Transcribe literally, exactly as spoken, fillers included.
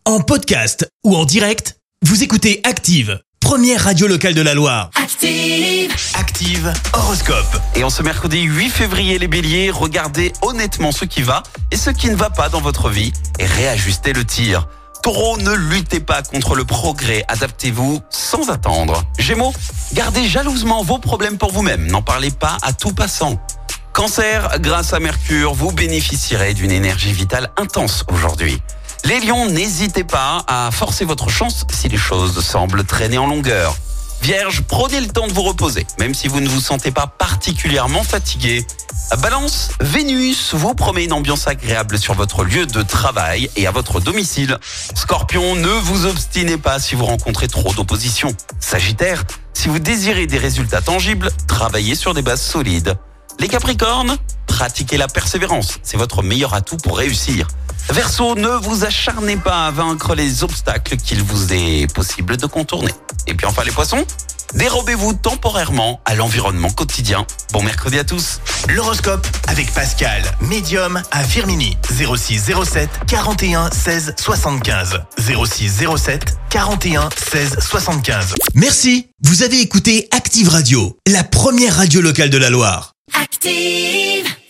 En podcast ou en direct, vous écoutez Active, première radio locale de la Loire. Active, Active horoscope. Et en ce mercredi huit février, les béliers, regardez honnêtement ce qui va et ce qui ne va pas dans votre vie et réajustez le tir. Taureau, ne luttez pas contre le progrès, adaptez-vous sans attendre. Gémeaux, gardez jalousement vos problèmes pour vous-même, n'en parlez pas à tout passant. Cancer, grâce à Mercure, vous bénéficierez d'une énergie vitale intense aujourd'hui. Les lions, n'hésitez pas à forcer votre chance si les choses semblent traîner en longueur. Vierge, prenez le temps de vous reposer, même si vous ne vous sentez pas particulièrement fatigué. Balance, Vénus vous promet une ambiance agréable sur votre lieu de travail et à votre domicile. Scorpion, ne vous obstinez pas si vous rencontrez trop d'opposition. Sagittaire, si vous désirez des résultats tangibles, travaillez sur des bases solides. Les Capricornes, pratiquez la persévérance, c'est votre meilleur atout pour réussir. Verseau, ne vous acharnez pas à vaincre les obstacles qu'il vous est possible de contourner. Et puis enfin les Poissons, dérobez-vous temporairement à l'environnement quotidien. Bon mercredi à tous. L'horoscope avec Pascal, médium à Firmini. zéro six zéro sept quarante et un seize soixante-quinze. zéro six zéro sept quarante et un seize soixante-quinze. Merci, vous avez écouté Active Radio, la première radio locale de la Loire. active.